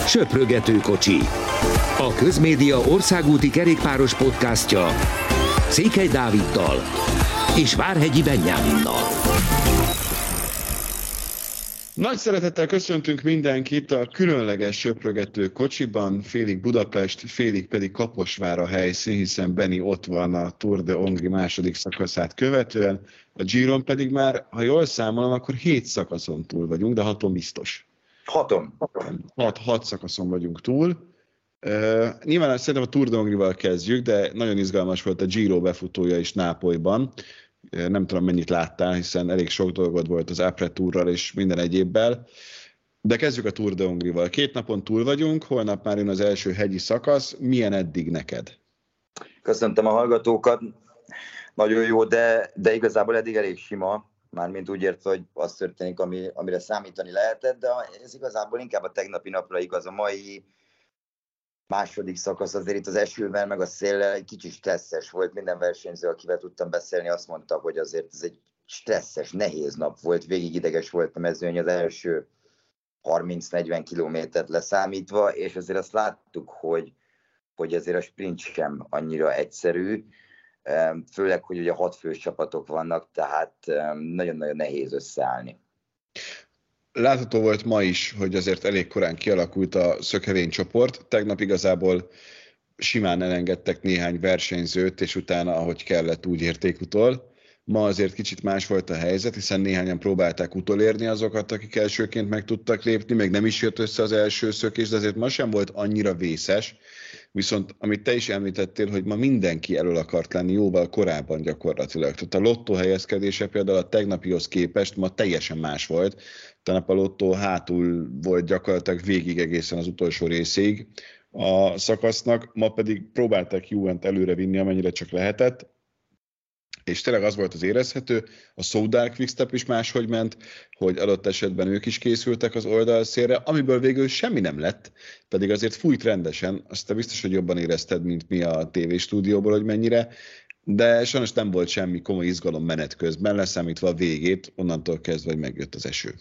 Söprögető kocsi. A Közmédia országúti kerékpáros podcastja Székely Dáviddal és Várhegyi Benyáminnal. Nagy szeretettel köszöntünk mindenkit a különleges söprögető kocsiban, félig Budapest, félig pedig Kaposvár a helyszín, hiszen Benni ott van a Tour de Hongrie második szakaszát követően, a Giron pedig már, ha jól számolom, akkor 7 szakaszon túl vagyunk, de 6-on biztos. 6 szakaszon vagyunk túl. Nyilván szerintem a Tour de Hongrie-val kezdjük, de nagyon izgalmas volt a Giro befutója is Nápolyban. Nem tudom, mennyit láttál, hiszen elég sok dolgod volt az Après Tourral és minden egyébbel. De kezdjük a Tour de Hongrie-val. 2 napon túl vagyunk, holnap már jön az első hegyi szakasz. Milyen eddig neked? Köszöntöm a hallgatókat. Nagyon jó, de igazából eddig elég sima. Mármint úgy értve, hogy az történik, amire számítani lehetett, de ez igazából inkább a tegnapi napra igaz. A mai második szakasz azért itt az esővel, meg a széllel egy kicsit stresszes volt. Minden versenyző, akivel tudtam beszélni, azt mondta, hogy azért ez egy stresszes, nehéz nap volt. Végig ideges volt a mezőny az első 30-40 kilométert leszámítva, és azért azt láttuk, hogy azért a sprint sem annyira egyszerű. Főleg, hogy ugye 6 fős csapatok vannak, tehát nagyon-nagyon nehéz összeállni. Látható volt ma is, hogy azért elég korán kialakult a szökevény csoport. Tegnap igazából simán elengedtek néhány versenyzőt, és utána, ahogy kellett, úgy érték utol. Ma azért kicsit más volt a helyzet, hiszen néhányan próbálták utolérni azokat, akik elsőként meg tudtak lépni, még nem is jött össze az első szökés, de azért ma sem volt annyira vészes. Viszont amit te is említettél, hogy ma mindenki elől akart lenni jóval korábban gyakorlatilag. Tehát a lottó helyezkedése például a tegnapihoz képest ma teljesen más volt. Tegnap a lottó hátul volt gyakorlatilag végig egészen az utolsó részéig a szakasznak, ma pedig próbálták Juhent előre vinni, amennyire csak lehetett. És tényleg az volt az érezhető, a Soudal Quickstep is máshogy ment, hogy adott esetben ők is készültek az oldalszélre, amiből végül semmi nem lett, pedig azért fújt rendesen, azt te biztos, hogy jobban érezted, mint mi a tévéstúdióból, hogy mennyire, de sajnos nem volt semmi komoly izgalom menet közben, leszámítva a végét, onnantól kezdve, hogy megjött az eső.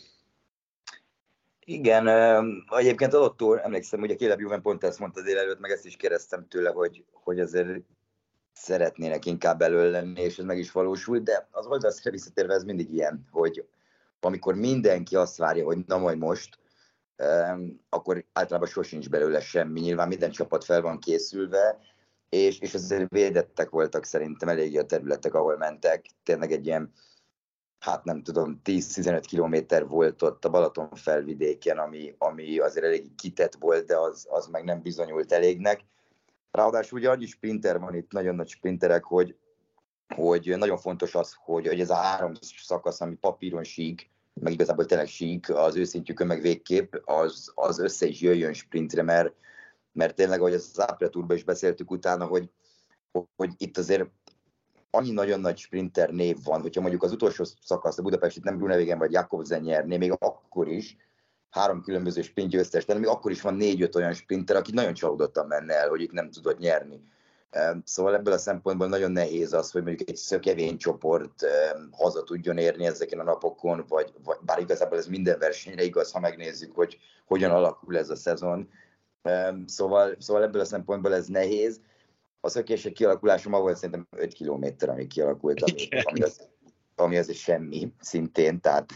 Igen, egyébként alattól emlékszem, hogy a Caleb Ewan pont ezt mondta délelőtt, meg ezt is kérdeztem tőle, hogy azért szeretnének inkább elől lenni, és ez meg is valósult, de az oldalszre visszatérve ez mindig ilyen, hogy amikor mindenki azt várja, hogy na majd most, akkor általában sosincs belőle semmi. Nyilván minden csapat fel van készülve, és azért védettek voltak szerintem eléggé a területek, ahol mentek. Tényleg egy ilyen, hát nem tudom, 10-15 kilométer volt ott a Balaton felvidéken, ami azért elég kitett volt, de az meg nem bizonyult elégnek. Ráadásul ugye annyi sprinter van itt, nagyon nagy sprinterek, hogy nagyon fontos az, hogy ez a 3 szakasz, ami papíron sík, meg igazából tényleg sík, az őszintjükön meg végképp, az össze is jöjjön sprintre, mert tényleg, ahogy az Après Tourban is beszéltük utána, hogy itt azért annyi nagyon nagy sprinter név van, hogyha mondjuk az utolsó szakasz, a Budapestit nem Grunewagen vagy Jakobsen nyerné, még akkor is, 3 különböző sprint győztes, de még akkor is van 4-5 olyan sprinter, aki nagyon csalódottan menne el, hogy itt nem tudott nyerni. Szóval ebből a szempontból nagyon nehéz az, hogy mondjuk egy szökevény csoport haza tudjon érni ezeken a napokon, vagy bár igazából ez minden versenyre igaz, ha megnézzük, hogy hogyan alakul ez a szezon. Szóval ebből a szempontból ez nehéz. A szökések kialakulása ma volt szerintem 5 kilométer, ami kialakult, ami az semmi szintén, tehát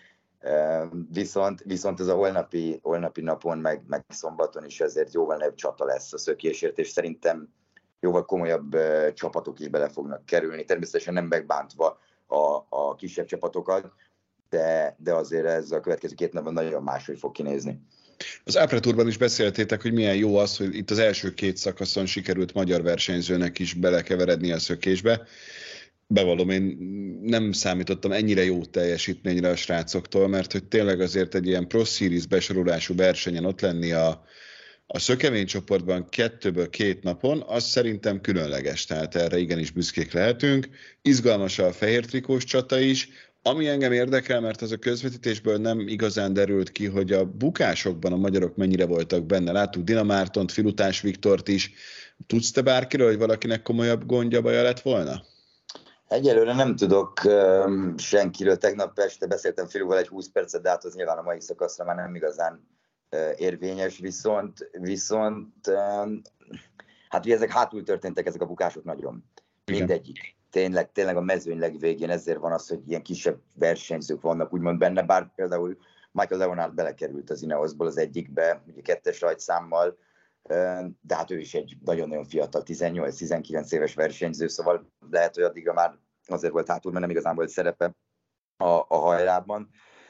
viszont ez a holnapi napon, meg szombaton is ezért jóval nagyobb csata lesz a szökésért, és szerintem jóval komolyabb csapatok is bele fognak kerülni. Természetesen nem megbántva a kisebb csapatokat, de azért ez a következő 2 napban nagyon máshogy fog kinézni. Az Après Tourban is beszéltétek, hogy milyen jó az, hogy itt az első 2 szakaszon sikerült magyar versenyzőnek is belekeveredni a szökésbe. Bevallom, én nem számítottam ennyire jó teljesítményre a srácoktól, mert hogy tényleg azért egy ilyen Pro Series besorolású versenyen ott lenni a szökevény csoportban 2-ből 2 napon, az szerintem különleges, tehát erre igenis büszkék lehetünk. Izgalmas a fehér trikós csata is, ami engem érdekel, mert az a közvetítésből nem igazán derült ki, hogy a bukásokban a magyarok mennyire voltak benne. Láttuk Dina Mártont, Filutás Viktort is. Tudsz te bárkiről, hogy valakinek komolyabb gondja, baja lett volna? Egyelőre nem tudok senkiről. Tegnap este beszéltem Filúval egy 20 percet, de hát az nyilván a mai szakaszra már nem igazán érvényes, viszont hát ugye ezek hátul történtek, ezek a bukások nagyon. Igen. Mindegyik. Tényleg a mezőny legvégén, ezért van az, hogy ilyen kisebb versenyzők vannak úgymond benne, bár például Michael Leonard belekerült az Ineosból az egyikbe, ugye 2-es rajtszámmal, de hát ő is egy nagyon-nagyon fiatal, 18-19 éves versenyző, szóval lehet, hogy addigra már azért volt hátul, mert nem igazán volt szerepe a hajrában.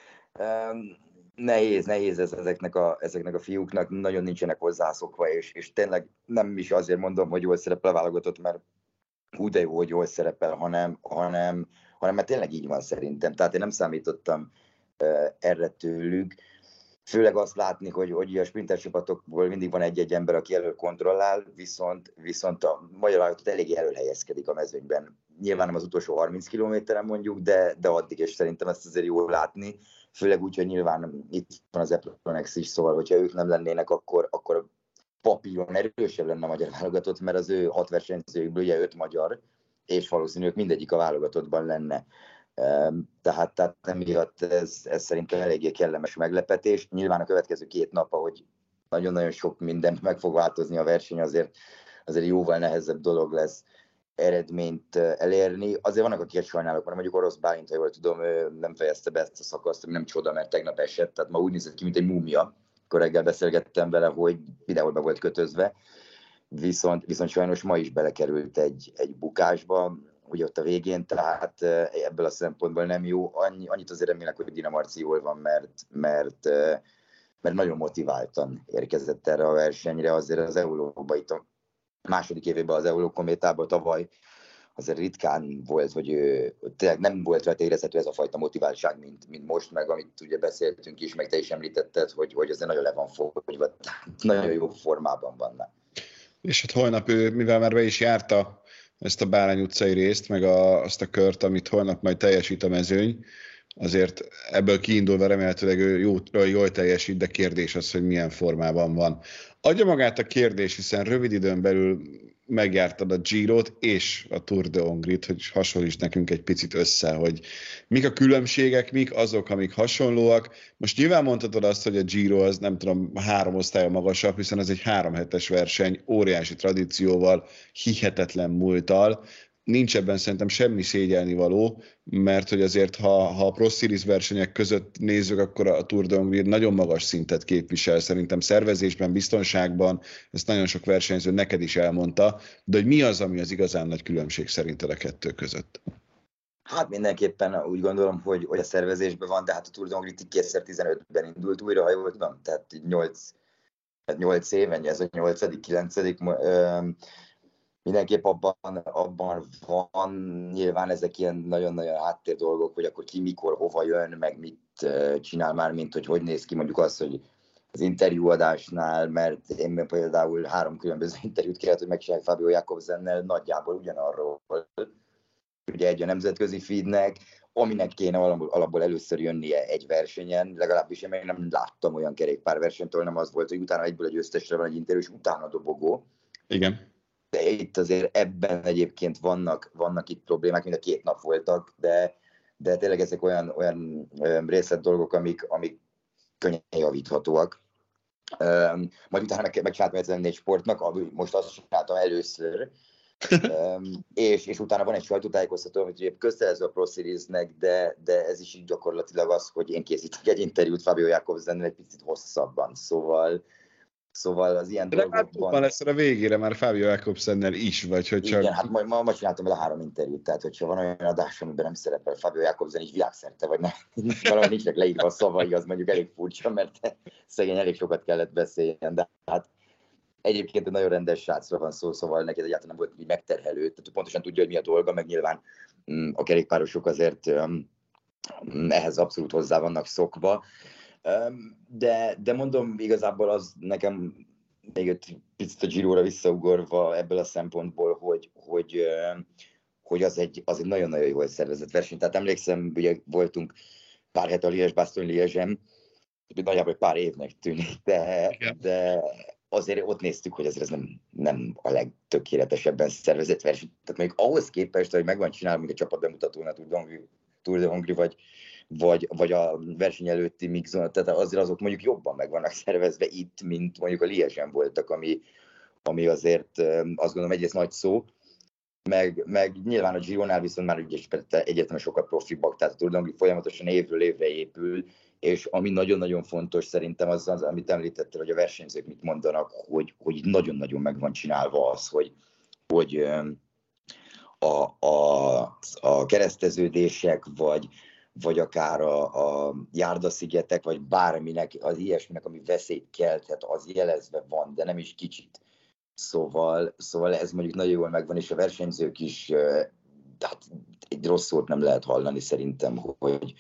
Nehéz ez ezeknek a fiúknak, nagyon nincsenek hozzászokva, és tényleg nem is azért mondom, hogy jól szerepel a válogatott, mert de jó, hogy jól szerepel, hanem mert tényleg így van szerintem. Tehát én nem számítottam erre tőlük. Főleg azt látni, hogy a sprinter csapatokból mindig van egy-egy ember, aki elől kontrollál, viszont a magyar válogatott eléggé elől helyezkedik a mezőnyben. Nyilván nem az utolsó 30 kilométeren mondjuk, de addig, és szerintem ezt azért jól látni. Főleg úgy, hogy nyilván itt van az Epronex is, szóval hogyha ők nem lennének, akkor papíron erősebb lenne a magyar válogatott, mert az ő 6 versenyzőjükből ugye 5 magyar, és valószínűleg mindegyik a válogatottban lenne. Tehát emiatt ez szerintem eléggé kellemes meglepetés. Nyilván a következő 2 nap, ahogy nagyon-nagyon sok minden meg fog változni a verseny, azért jóval nehezebb dolog lesz eredményt elérni. Azért vannak, akiket sajnálok, mert mondjuk Orosz Bálint, ha jól tudom, ő nem fejezte be ezt a szakaszt, ami nem csoda, mert tegnap esett, tehát ma úgy nézett ki, mint egy múmia. Akkor reggel beszélgettem vele, hogy videóban be volt kötözve, viszont sajnos ma is belekerült egy bukásba, ugye ott a végén, tehát ebből a szempontból nem jó. Annyit azért remélek, hogy Dina Marci jól van, mert nagyon motiváltan érkezett erre a versenyre, azért az Euróba itt a második évében az Eurókométában tavaly azért ritkán volt, hogy tényleg nem volt rajta érezhető ez a fajta motiváltság, mint most, meg amit ugye beszéltünk is, meg te is említetted, hogy azért nagyon le van fogyva, nagyon jó formában vannak. És hát holnap ő, mivel már be is járta ezt a Bárány utcai részt, meg azt a kört, amit holnap majd teljesít a mezőny, azért ebből kiindulva remélhetőleg ő jól teljesít, de kérdés az, hogy milyen formában van. Adja magát a kérdés, hiszen rövid időn belül megjártad a Girot és a Tour de Hongrit, hogy hasonlíts nekünk egy picit össze, hogy mik a különbségek, mik azok, amik hasonlóak. Most nyilván mondhatod azt, hogy a Giro az nem tudom, 3 osztálya magasabb, hiszen ez egy 3 hetes verseny, óriási tradícióval, hihetetlen múlttal. Nincs ebben szerintem semmi szégyelnivaló, mert hogy azért, ha a Pro Series versenyek között nézzük, akkor a Tour de Hongrie nagyon magas szintet képvisel, szerintem szervezésben, biztonságban, ezt nagyon sok versenyző neked is elmondta, de hogy mi az, ami az igazán nagy különbség szerinted a 2 között? Hát mindenképpen úgy gondolom, hogy a szervezésben van, de hát a Tour de Hongrie 2015-ben indult újra, ha jól tudom, tehát 8 éven, ez a 8.-9. Mindenképp abban van, nyilván ezek ilyen nagyon-nagyon háttér dolgok, hogy akkor ki mikor, hova jön, meg mit csinál már, mint hogy néz ki mondjuk az, hogy az interjúadásnál, mert én például 3 különböző interjút kellett, hogy megcsinálják Fabio Jakobsennel nagyjából ugyanarról. Ugye egy a nemzetközi feednek, aminek kéne alapból először jönnie egy versenyen, legalábbis én még nem láttam olyan kerékpárversenytől, nem az volt, hogy utána egyből egy győztesre van egy interjú, és utána dobogó. Igen. De itt azért ebben egyébként vannak itt problémák, mind a 2 nap voltak, de tényleg ezek olyan részlet dolgok, amik könnyen javíthatóak. Majd utána megcsináltam egy 4 sportnak, most azt csináltam először, és utána van egy sajtótájékoztató, hogy köztelező a Pro Series-nek, de ez is így gyakorlatilag az, hogy én készítek egy interjút Fabio Jakobsennel egy picit hosszabban, Szóval az ilyen dolgokban... Van lesz a végére már Fabio Jakobsennel is, vagy hogy csak... Igen, hát ma csináltam vele 3 interjút, tehát hogyha van olyan adás, amiben nem szerepel Fabio Jakobsen is világszerte, vagy nem, valahogy nincsnek leírva a szavai, az mondjuk elég furcsa, mert szegény elég sokat kellett beszéljen, de hát egyébként egy nagyon rendes srácra van szó, szóval neked egyáltalán nem volt így megterhelő, tehát pontosan tudja, hogy mi a dolga, meg nyilván a kerékpárosok azért ehhez abszolút hozzá vannak szokva. De mondom, igazából az nekem még egy picit a Giróra visszaugorva ebből a szempontból, hogy az egy nagyon-nagyon jól szervezett verseny. Tehát emlékszem, ugye voltunk pár hete a Liège-Bastogne-Liège-en, nagyjából pár évnek tűnik, de azért ott néztük, hogy ez nem a legtökéletesebben szervezett verseny. Tehát még ahhoz képest, hogy meg van csinálva, mint a csapatbemutatónál Tour de Hongrie, vagy a verseny előtti mixzon, tehát azért azok mondjuk jobban meg vannak szervezve itt, mint mondjuk a Liège-en voltak, ami azért azt gondolom egyrészt nagy szó, meg nyilván a Gironál viszont már egyértelműen sokkal profibbak, tehát a Tour de Hongrie folyamatosan évről évre épül, és ami nagyon-nagyon fontos szerintem az, amit említettél, hogy a versenyzők mit mondanak, hogy nagyon-nagyon meg van csinálva az, hogy a kereszteződések, vagy akár a járdaszigetek, vagy bárminek, az ilyesminek, ami veszélyt kelthet, az jelezve van, de nem is kicsit. Szóval ez mondjuk nagyon jól megvan, és a versenyzők is, hát egy rossz szót nem lehet hallani szerintem, hogy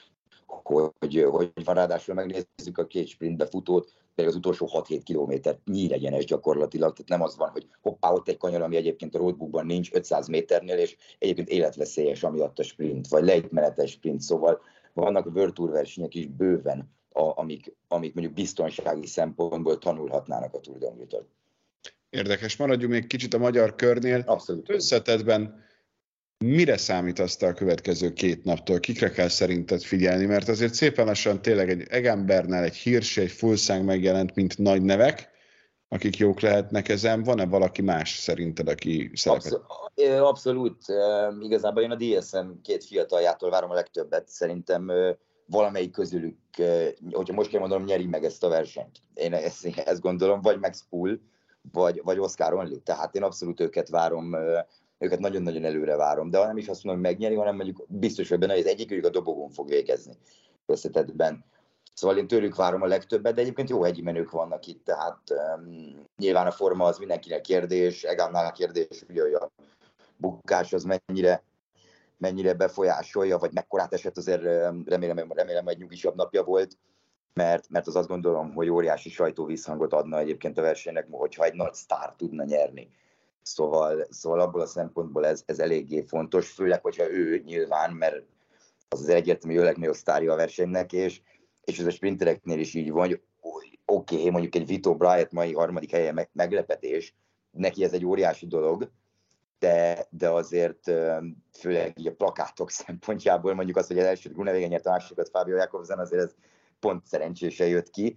van, ráadásul megnézzük a két sprintbe futót, például az utolsó 6-7 kilométer nyíregyenes gyakorlatilag, tehát nem az van, hogy hoppá, ott egy kanyar, ami egyébként a roadbookban nincs 500 méternél, és egyébként életveszélyes amiatt a sprint, vagy lejtmenetes sprint, szóval vannak a World Tour versenyek is bőven, amik mondjuk biztonsági szempontból tanulhatnának a Tour de Hongrie-től. Érdekes, maradjunk még kicsit a magyar körnél. Abszolút. Összetettben mire számítasz te a következő 2 naptól? Kikre kell szerinted figyelni? Mert azért szépen lassan tényleg egy Egembernál egy Hirschi, egy Fuglsang megjelent, mint nagy nevek, akik jók lehetnek ezen. Van-e valaki más szerinted, aki szerepet? Abszolút. Igazából én a DSM 2 fiataljától várom a legtöbbet. Szerintem valamelyik közülük, hogyha most kell mondanom, nyeri meg ezt a versenyt. Én ezt gondolom, vagy Max Poole, vagy Oscar Only. Tehát én abszolút őket várom, őket nagyon-nagyon előre várom, de nem is azt mondom, hogy megnyeri, hanem mondjuk biztos, hogy benne, hogy az egyikük a dobogón fog végezni összetettben. Szóval én tőlük várom a legtöbbet, de egyébként jó hegyi menők vannak itt, tehát nyilván a forma az mindenkinek kérdés, Egannál a kérdés, ugye, hogy a bukás az mennyire befolyásolja, vagy mekkorát esett, azért remélem, hogy nyugisabb napja volt, mert az azt gondolom, hogy óriási sajtóvízhangot adna egyébként a versenynek, hogyha egy nagy sztár tudna nyerni. Szóval abból a szempontból ez eléggé fontos, főleg, hogyha ő nyilván, mert az egyértelmű, hogy a legnagyobb sztárja a versenynek, és ez a sprintereknél is így van, hogy oké, mondjuk egy Vito Bryant mai 3. helye meglepetés, neki ez egy óriási dolog, de azért főleg így a plakátok szempontjából, mondjuk azt, hogy az első Groenewegen nyert, a másodikat Fabio Jakobsen, azért ez pont szerencsésen jött ki.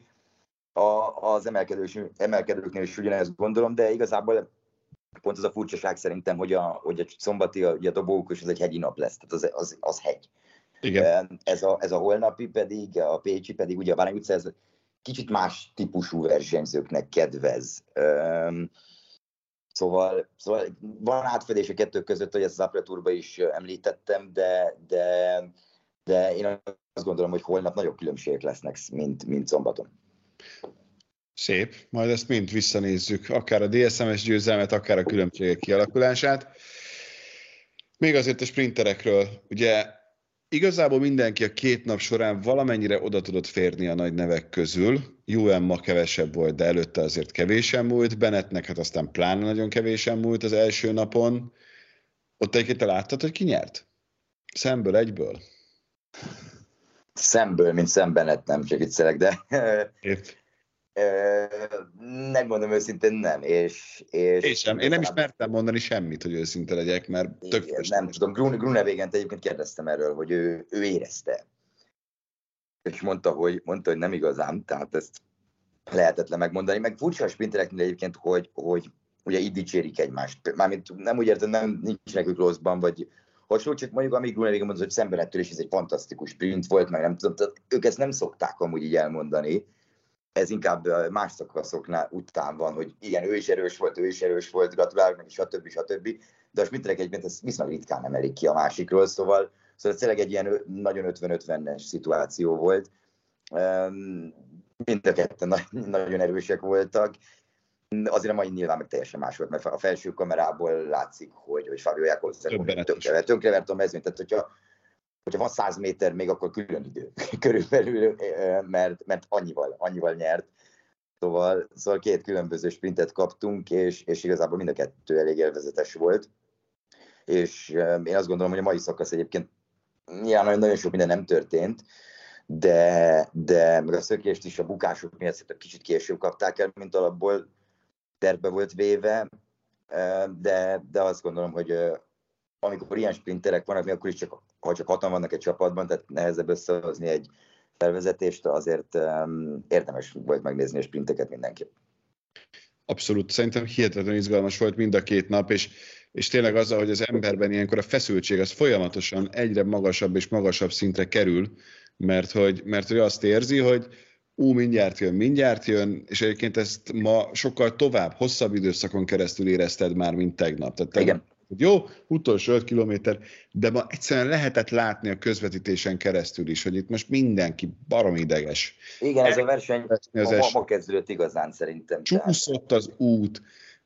Az emelkedőknél is ugyanezt gondolom, de igazából pont az a furcsaság szerintem, hogy a szombati, a dobókos, az egy hegyi nap lesz, tehát az hegy. Igen. Ez a holnapi pedig, a pécsi pedig, ugye a Bárány utca, ez kicsit más típusú versenyzőknek kedvez. Szóval van átfedés a kettő között, hogy ezt az Aprilia Tourban is említettem, de én azt gondolom, hogy holnap nagyobb különbségek lesznek, mint szombaton. Szép, majd ezt mind visszanézzük, akár a DSM-es győzelmet, akár a különbségek kialakulását. Még azért a sprinterekről, ugye igazából mindenki a 2 nap során valamennyire oda tudott férni a nagy nevek közül. Ewan ma kevesebb volt, de előtte azért kevésen múlt. Bennettnek hát aztán pláne nagyon kevésen múlt az első napon. Ott egyébként te láttad, hogy ki nyert? Szemből, egyből? Szemből, mint Bennett, nem csak viccelek, de... Megmondom őszintén nem. Én nem is mertem mondani semmit, hogy őszinte legyek, mert tök... Nem tudom, Groenewegent egyébként kérdeztem erről, hogy ő érezte. És mondta, hogy nem igazán, tehát ezt lehetetlen megmondani. Meg furcsa a sprintereknél egyébként, hogy ugye így dicsérik egymást. Mármint nem úgy értem, nem nincsenek ők rosszban, vagy hasonló, csak mondjuk amíg Groenewegen mondta, hogy Bennettől is ez egy fantasztikus sprint volt, meg nem tudom, tehát ők ezt nem szokták amúgy így elmondani. Ez inkább más szakaszoknál után van, hogy igen, ő is erős volt, gratulálok neki, stb. De a sprinterek egyébként ezt viszonylag ritkán emelik ki a másikról, szóval ez tényleg egy ilyen nagyon 50-50-es szituáció volt. Mind a ketten nagyon erősek voltak. Azért a mai nyilván meg teljesen más volt, mert a felső kamerából látszik, hogy Fabio Jakobsen tönkrevert a mezőnyt. Tehát, hogyha van 100 méter még, akkor külön idő körülbelül, mert annyival nyert. Szóval 2 különböző sprintet kaptunk, és igazából mind a 2 elég élvezetes volt. És én azt gondolom, hogy a mai szakasz egyébként nyilván nagyon sok minden nem történt, de meg a szökést is a bukások miatt szerintem kicsit később kapták el, mint alapból tervbe volt véve, de azt gondolom, hogy amikor ilyen sprinterek vannak, akkor is csak ha csak 6-an vannak egy csapatban, tehát nehezebb összehozni egy felvezetést, azért érdemes volt megnézni a sprinteket mindenki. Abszolút, szerintem hihetetlenül izgalmas volt mind a két nap, és tényleg azzal, hogy az emberben ilyenkor a feszültség az folyamatosan egyre magasabb és magasabb szintre kerül, mert hogy azt érzi, hogy mindjárt jön, és egyébként ezt ma sokkal tovább, hosszabb időszakon keresztül érezted már, mint tegnap. Tehát Igen. Jó, utolsó 5 kilométer, de ma egyszerűen lehetett látni a közvetítésen keresztül is, hogy itt most mindenki baromi ideges. Igen, ez a verseny ma kezdődött igazán szerintem. Csúszott az út,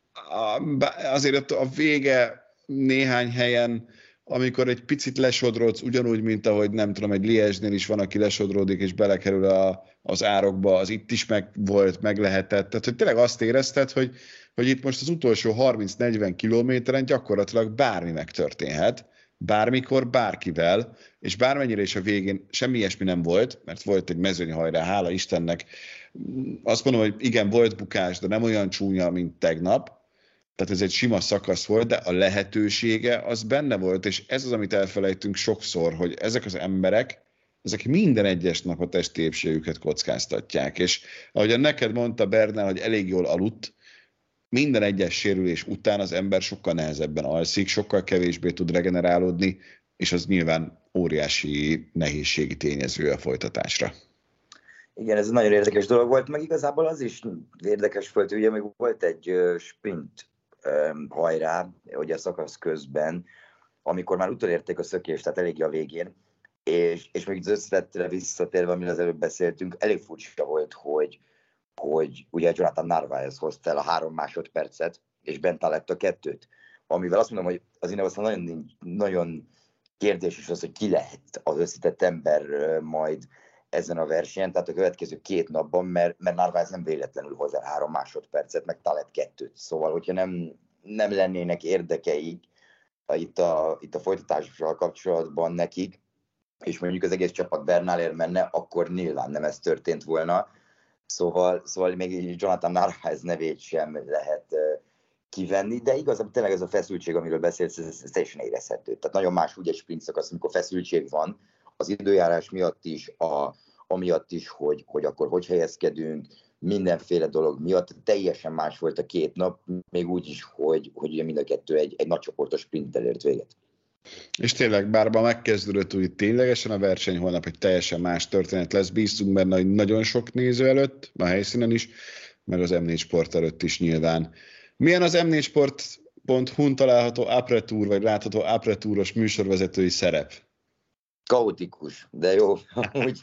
azért a vége néhány helyen, amikor egy picit lesodrodsz, ugyanúgy, mint ahogy nem tudom, egy Liège-nél is van, aki lesodródik és belekerül az árokba, az itt is meg lehetett. Tehát, hogy tényleg azt érezted, hogy itt most az utolsó 30-40 kilométeren gyakorlatilag bármi megtörténhet, bármikor, bárkivel, és bármennyire is a végén semmi ilyesmi nem volt, mert volt egy mezőnyhajrá, hála Istennek. Azt mondom, hogy igen, volt bukás, de nem olyan csúnya, mint tegnap. Tehát ez egy sima szakasz volt, de a lehetősége az benne volt, és ez az, amit elfelejtünk sokszor, hogy ezek az emberek, ezek minden egyes nap a testi épségüket kockáztatják. És ahogyan neked mondta Bernál, hogy elég jól aludt, minden egyes sérülés után az ember sokkal nehezebben alszik, sokkal kevésbé tud regenerálódni, és az nyilván óriási nehézségi tényező a folytatásra. Igen, ez egy nagyon érdekes dolog volt, meg igazából az is érdekes volt, ugye még volt egy sprint hajrá, ugye a szakasz közben, amikor már utolérték a szökést, tehát eléggé a végén, és még az összetettre visszatérve, amiről az előbb beszéltünk, elég furcsa volt, hogy ugye Jonathan Narvaez hozta el a 3 másodpercet, és Benta lett a 2-t. Amivel azt mondom, hogy az aztán nagyon, nagyon kérdéses az, hogy ki lehet az összetett ember majd ezen a versenyen, tehát a következő 2 napban, mert Narvaez nem véletlenül hoz el 3 másodpercet, meg Talet 2-t. Szóval, hogyha nem lennének érdekeik itt a folytatással kapcsolatban nekik, és mondjuk az egész csapat Bernálért menne, akkor nyilván nem ez történt volna. Szóval még Jonathan Narvaez nevét sem lehet kivenni, de igazából tényleg ez a feszültség, amiről beszélsz, ez teljesen érezhető. Tehát nagyon más úgy egy sprint szakasz, amikor feszültség van, az időjárás miatt is, amiatt is, hogy akkor hogy helyezkedünk, mindenféle dolog miatt teljesen más volt a 2 nap, még úgy is, hogy ugye mind a kettő egy nagycsoportos sprinttel ért véget. És tényleg, bár ma megkezdődött úgy ténylegesen a verseny, holnap egy teljesen más történet lesz, bíztunk benne, hogy nagyon sok néző előtt, a helyszínen is, meg az M4 Sport előtt is nyilván. Milyen az m4sport.hu-n található Après-Tour, vagy látható Après-Touros műsorvezetői szerep? Kaotikus, de jó. Úgy,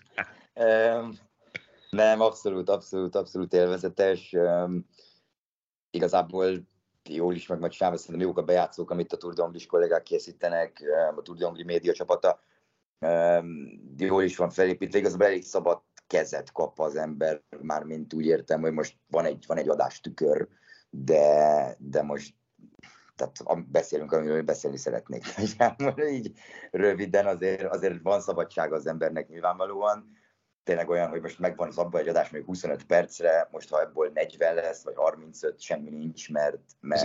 nem, abszolút élvezetes. Igazából jól is, meg majd felveszem, jók a bejátszók, amit a Tour de Hongrie kollégák készítenek, a Tour de Hongrie média csapata. Jól is van felépítve, igazából elég szabad kezet kap az ember, mármint úgy értem, hogy most van egy adástükör, de most tehát beszélünk, amiről beszélni szeretnék. Így röviden azért van szabadság az embernek nyilvánvalóan. Tényleg olyan, hogy most megvan az abban egy adás még 25 percre, most ha ebből 40 lesz, vagy 35, semmi nincs, mert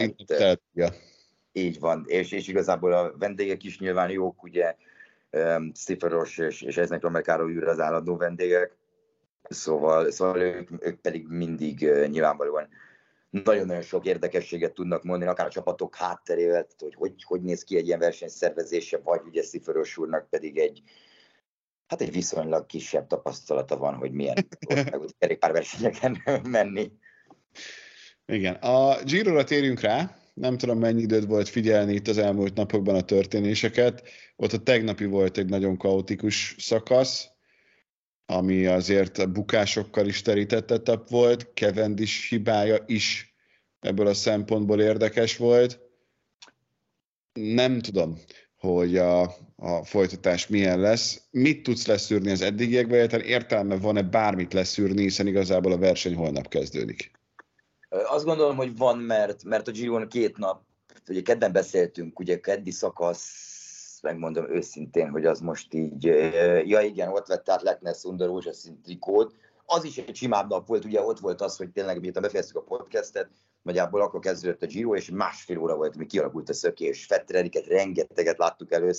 így van. És igazából a vendégek is nyilván jók, ugye Sziferos és Eznek Romekáról űr az állandó vendégek, szóval ők pedig mindig nyilvánvalóan nagyon-nagyon sok érdekességet tudnak mondani, akár a csapatok hátterével, hogy néz ki egy ilyen versenyszervezése, vagy ugye Sziferos úrnak pedig egy viszonylag kisebb tapasztalata van, hogy milyen kerékpárversenyeken menni. Igen, a Girora térjünk rá, nem tudom mennyi időd volt figyelni itt az elmúlt napokban a történéseket, ott a tegnapi volt egy nagyon kaotikus szakasz, ami azért a bukásokkal is terítettebb volt, Cavendish hibája is ebből a szempontból érdekes volt. Nem tudom, hogy a folytatás milyen lesz. Mit tudsz leszűrni az eddigiekbe, illetve értelme van-e bármit leszűrni, hiszen igazából a verseny holnap kezdődik? Azt gondolom, hogy van, mert a Giron 2 nap, ugye kedden beszéltünk, ugye keddi szakasz, megmondom őszintén, hogy az most így, ja igen, ott vett át Leknes Under rózsaszín trikót, az is egy simább nap volt, ugye ott volt az, hogy tényleg miután befejeztük a podcastet, nagyjából akkor kezdődött a Giro, és 1,5 óra volt, míg kialakult a szökés. Fettereriket rengeteget láttuk először,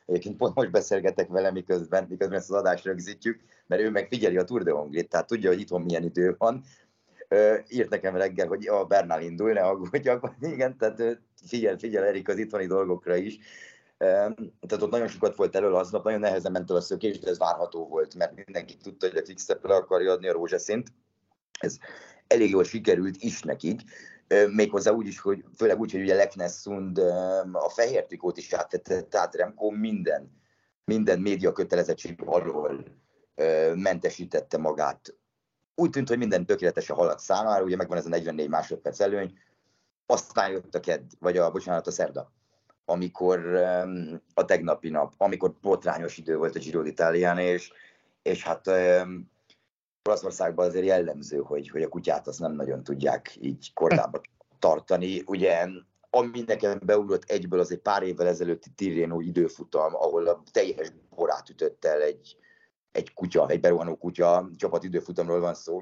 Egyébként pont most beszélgetek vele, miközben ezt az adást rögzítjük, mert ő meg figyeli a Tour de Hongrie-t, tehát tudja, hogy itthon milyen idő van. Írt nekem reggel, hogy a Bernal indul, ne aggódjak. Igen, tehát figyel Erik az itthoni dolgokra is. Tehát ott nagyon sokat volt elől aznap, nagyon nehezen ment el a szökés, de ez várható volt, mert mindenki tudta, hogy a Quickstep le akarja adni a rózsaszínt. Ez elég jól sikerült is nekik, méghozzá úgy is, hogy főleg úgy, hogy ugye Leknessund a fehér trikót is átvette, tehát Remco minden média kötelezettség alól mentesítette magát. Úgy tűnt, hogy minden tökéletesen haladt számára, ugye megvan ez a 44 másodperc előny, aztán jött a a szerda, amikor a tegnapi nap, amikor botrányos idő volt a Giro d'Italián, és hát Olaszországban azért jellemző, hogy a kutyát azt nem nagyon tudják így kordába tartani. Ugye, ami nekem beugrott egyből, az egy pár évvel ezelőtti Tirreno időfutam, ahol a teljes borát ütött el egy kutya, egy berohanó kutya, csapat időfutamról van szó.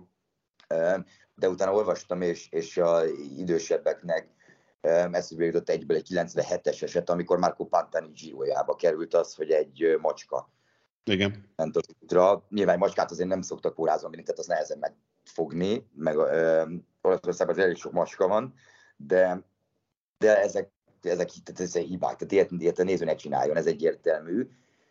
De utána olvastam, és az idősebbeknek eszébe jutott egyből egy 97-es eset, amikor Marco Pantani Girojába került az, hogy egy macska ment az útra. Nyilván macskát azért nem szoktak pórázon vinni, tehát az nehezen megfogni, meg Olaszországban elég sok macska van, de ezek hibák, tehát ilyet a néző ne csináljon, ez egyértelmű.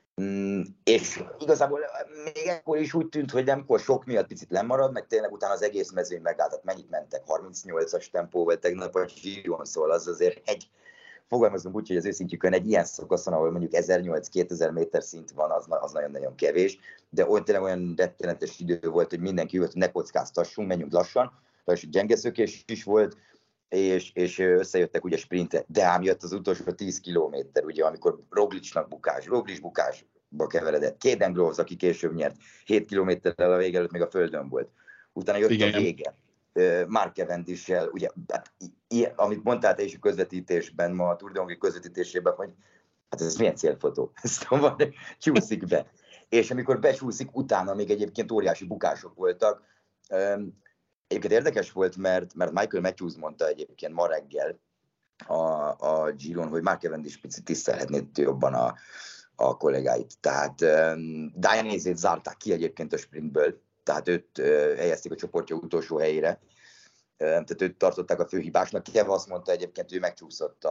És igazából még ekkor is úgy tűnt, hogy Remco sok miatt picit lemarad, meg tényleg utána az egész mezőny megállt, tehát mennyit mentek, 38-as tempóval tegnap a Giron, szóval az azért fogalmazunk úgy, hogy az őszintjükön egy ilyen szakaszon, ahol mondjuk 1800-2000 méter szint van, az nagyon-nagyon kevés, de ott tényleg olyan rettenetes idő volt, hogy mindenki jött, hogy ne kockáztassunk, menjünk lassan, és gyenge szökés is volt, és összejöttek ugye sprintre, de ám jött az utolsó 10 kilométer, ugye, amikor Roglic bukásba keveredett, Caden Groves, aki később nyert, 7 kilométerrel a vége előtt még a földön volt. Utána jött a vége. Mark Cavendish-sel, ugye, amit mondtál te is a közvetítésben, ma a Tour de Hongrie közvetítésében, hogy hát ez milyen célfotó, szóval csúszik be. És amikor becsúszik, utána még egyébként óriási bukások voltak. Egyébként érdekes volt, mert Michael Matthews mondta egyébként ma reggel a Giron, hogy Mark Cavendish picit tisztelhetné jobban a kollégáit. Tehát Dainese-t zárták ki egyébként a sprintből, tehát őt helyezték a csoportja utolsó helyére, tehát őt tartották a főhibásnak. Kiev azt mondta egyébként, ő megcsúszott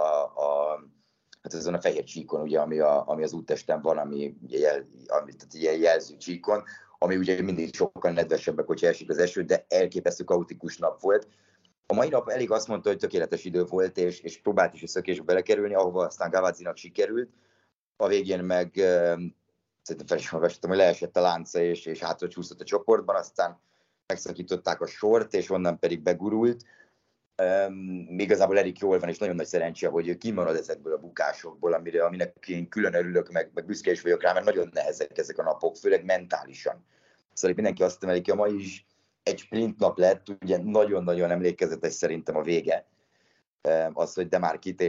hát azon a fehér csíkon, ugye, ami az úttesten van, ami ilyen jelző csíkon, ami ugye mindig sokkal nedvesebbek, hogyha esik az eső, de elképesztő kaotikus nap volt. A mai nap elég azt mondta, hogy tökéletes idő volt, és próbált is a szökésbe belekerülni, ahova aztán Gavazzinak sikerült. A végén meg szerintem fel is olvastam, hogy leesett a lánca, és hátra csúszott a csoportban, aztán megszakították a sort, és onnan pedig begurult. Igazából Erik jól van, és nagyon nagy szerencse, hogy ő kimarad ezekből a bukásokból, aminek én külön örülök, meg büszke is vagyok rá, mert nagyon nehezek ezek a napok, főleg mentálisan. Szóval mindenki azt emelik, hogy a mai is egy sprint nap lett, ugye nagyon-nagyon emlékezetes szerintem a vége. Az, hogy Demarkit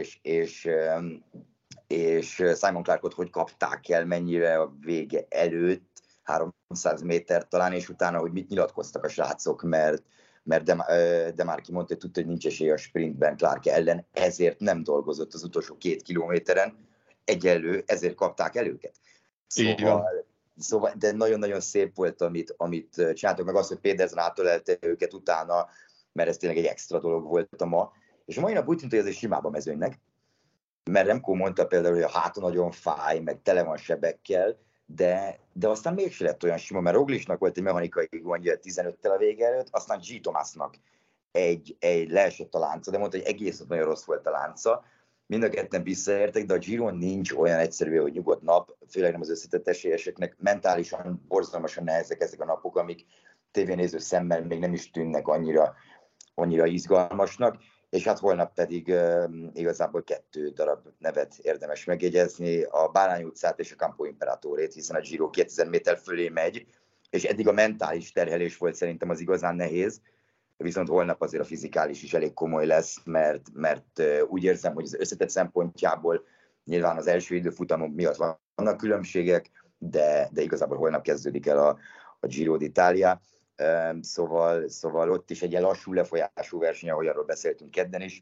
és Simon Clarkot hogy kapták el, mennyire a vége előtt, 300 méter talán, és utána, hogy mit nyilatkoztak a srácok, mert Demarki mondta, hogy tudta, hogy nincs esély a sprintben Clark ellen, ezért nem dolgozott az utolsó 2 kilométeren, egyenlő, ezért kapták el őket. Szóval, de nagyon-nagyon szép volt, amit csináltak, meg az, hogy Pedersen átölelte őket utána, mert ez tényleg egy extra dolog volt a ma. És a mai nap úgy tűnt, hogy ez egy simább a mezőnynek, mert Remco mondta például, hogy a háta nagyon fáj, meg tele van sebekkel, de aztán mégse lett olyan sima, mert Roglicnak volt egy mechanikai gondja 15-tel a vége előtt, aztán G. Thomasnak egy leesett a lánca, de mondta, hogy egész nagyon rossz volt a lánca. Mind a ketten visszaértek, de a Giron nincs olyan egyszerű, hogy nyugodt nap, főleg nem az összetett esélyeseknek. Mentálisan borzalmasan nehezek ezek a napok, amik tévénéző szemmel még nem is tűnnek annyira izgalmasnak. És hát holnap pedig igazából 2 darab nevet érdemes megjegyezni, a Bárány utcát és a Campo Imperatorét, hiszen a Giro 2000 méter fölé megy, és eddig a mentális terhelés volt szerintem az igazán nehéz, viszont holnap azért a fizikális is elég komoly lesz, mert úgy érzem, hogy az összetett szempontjából nyilván az első időfutamok miatt vannak különbségek, de igazából holnap kezdődik el a Giro d'Italia. Szóval ott is egy ilyen lassú lefolyású verseny, ahogy arról beszéltünk kedden is.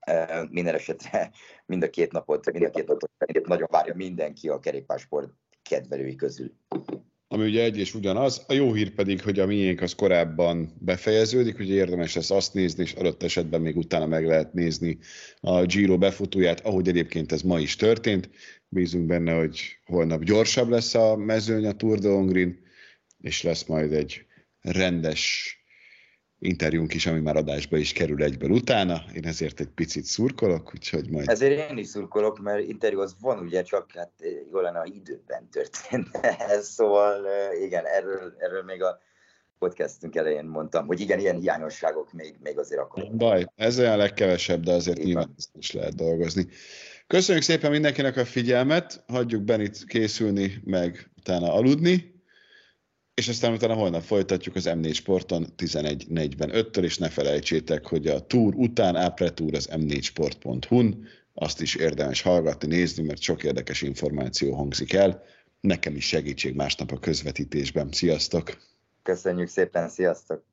Minden esetre mind a két napot nagyon várja mindenki a kerékpársport kedvelői közül. Ami ugye egy és ugyanaz, a jó hír pedig, hogy a miénk az korábban befejeződik, ugye érdemes lesz azt nézni, és adott esetben még utána meg lehet nézni a Giro befutóját, ahogy egyébként ez ma is történt. Bízunk benne, hogy holnap gyorsabb lesz a mezőny a Tour de Hongrin, és lesz majd egy rendes interjúnk is, ami már adásba is kerül egyből utána. Én ezért egy picit szurkolok, úgyhogy majd... Ezért én is szurkolok, mert interjú az van, ugye, csak hát jól lenne, ha időben történt ez, szóval igen, erről még a podcastünk elején mondtam, hogy igen, ilyen hiányosságok még azért akkor. Baj, ez olyan legkevesebb, de azért nyilván is lehet dolgozni. Köszönjük szépen mindenkinek a figyelmet, hagyjuk Benit készülni, meg utána aludni, és aztán utána holnap folytatjuk az M4 Sporton 11:45-től, és ne felejtsétek, hogy a Tour után ápretúr az m4sport.hu-n, azt is érdemes hallgatni, nézni, mert sok érdekes információ hangzik el. Nekem is segítség másnap a közvetítésben. Sziasztok! Köszönjük szépen, sziasztok!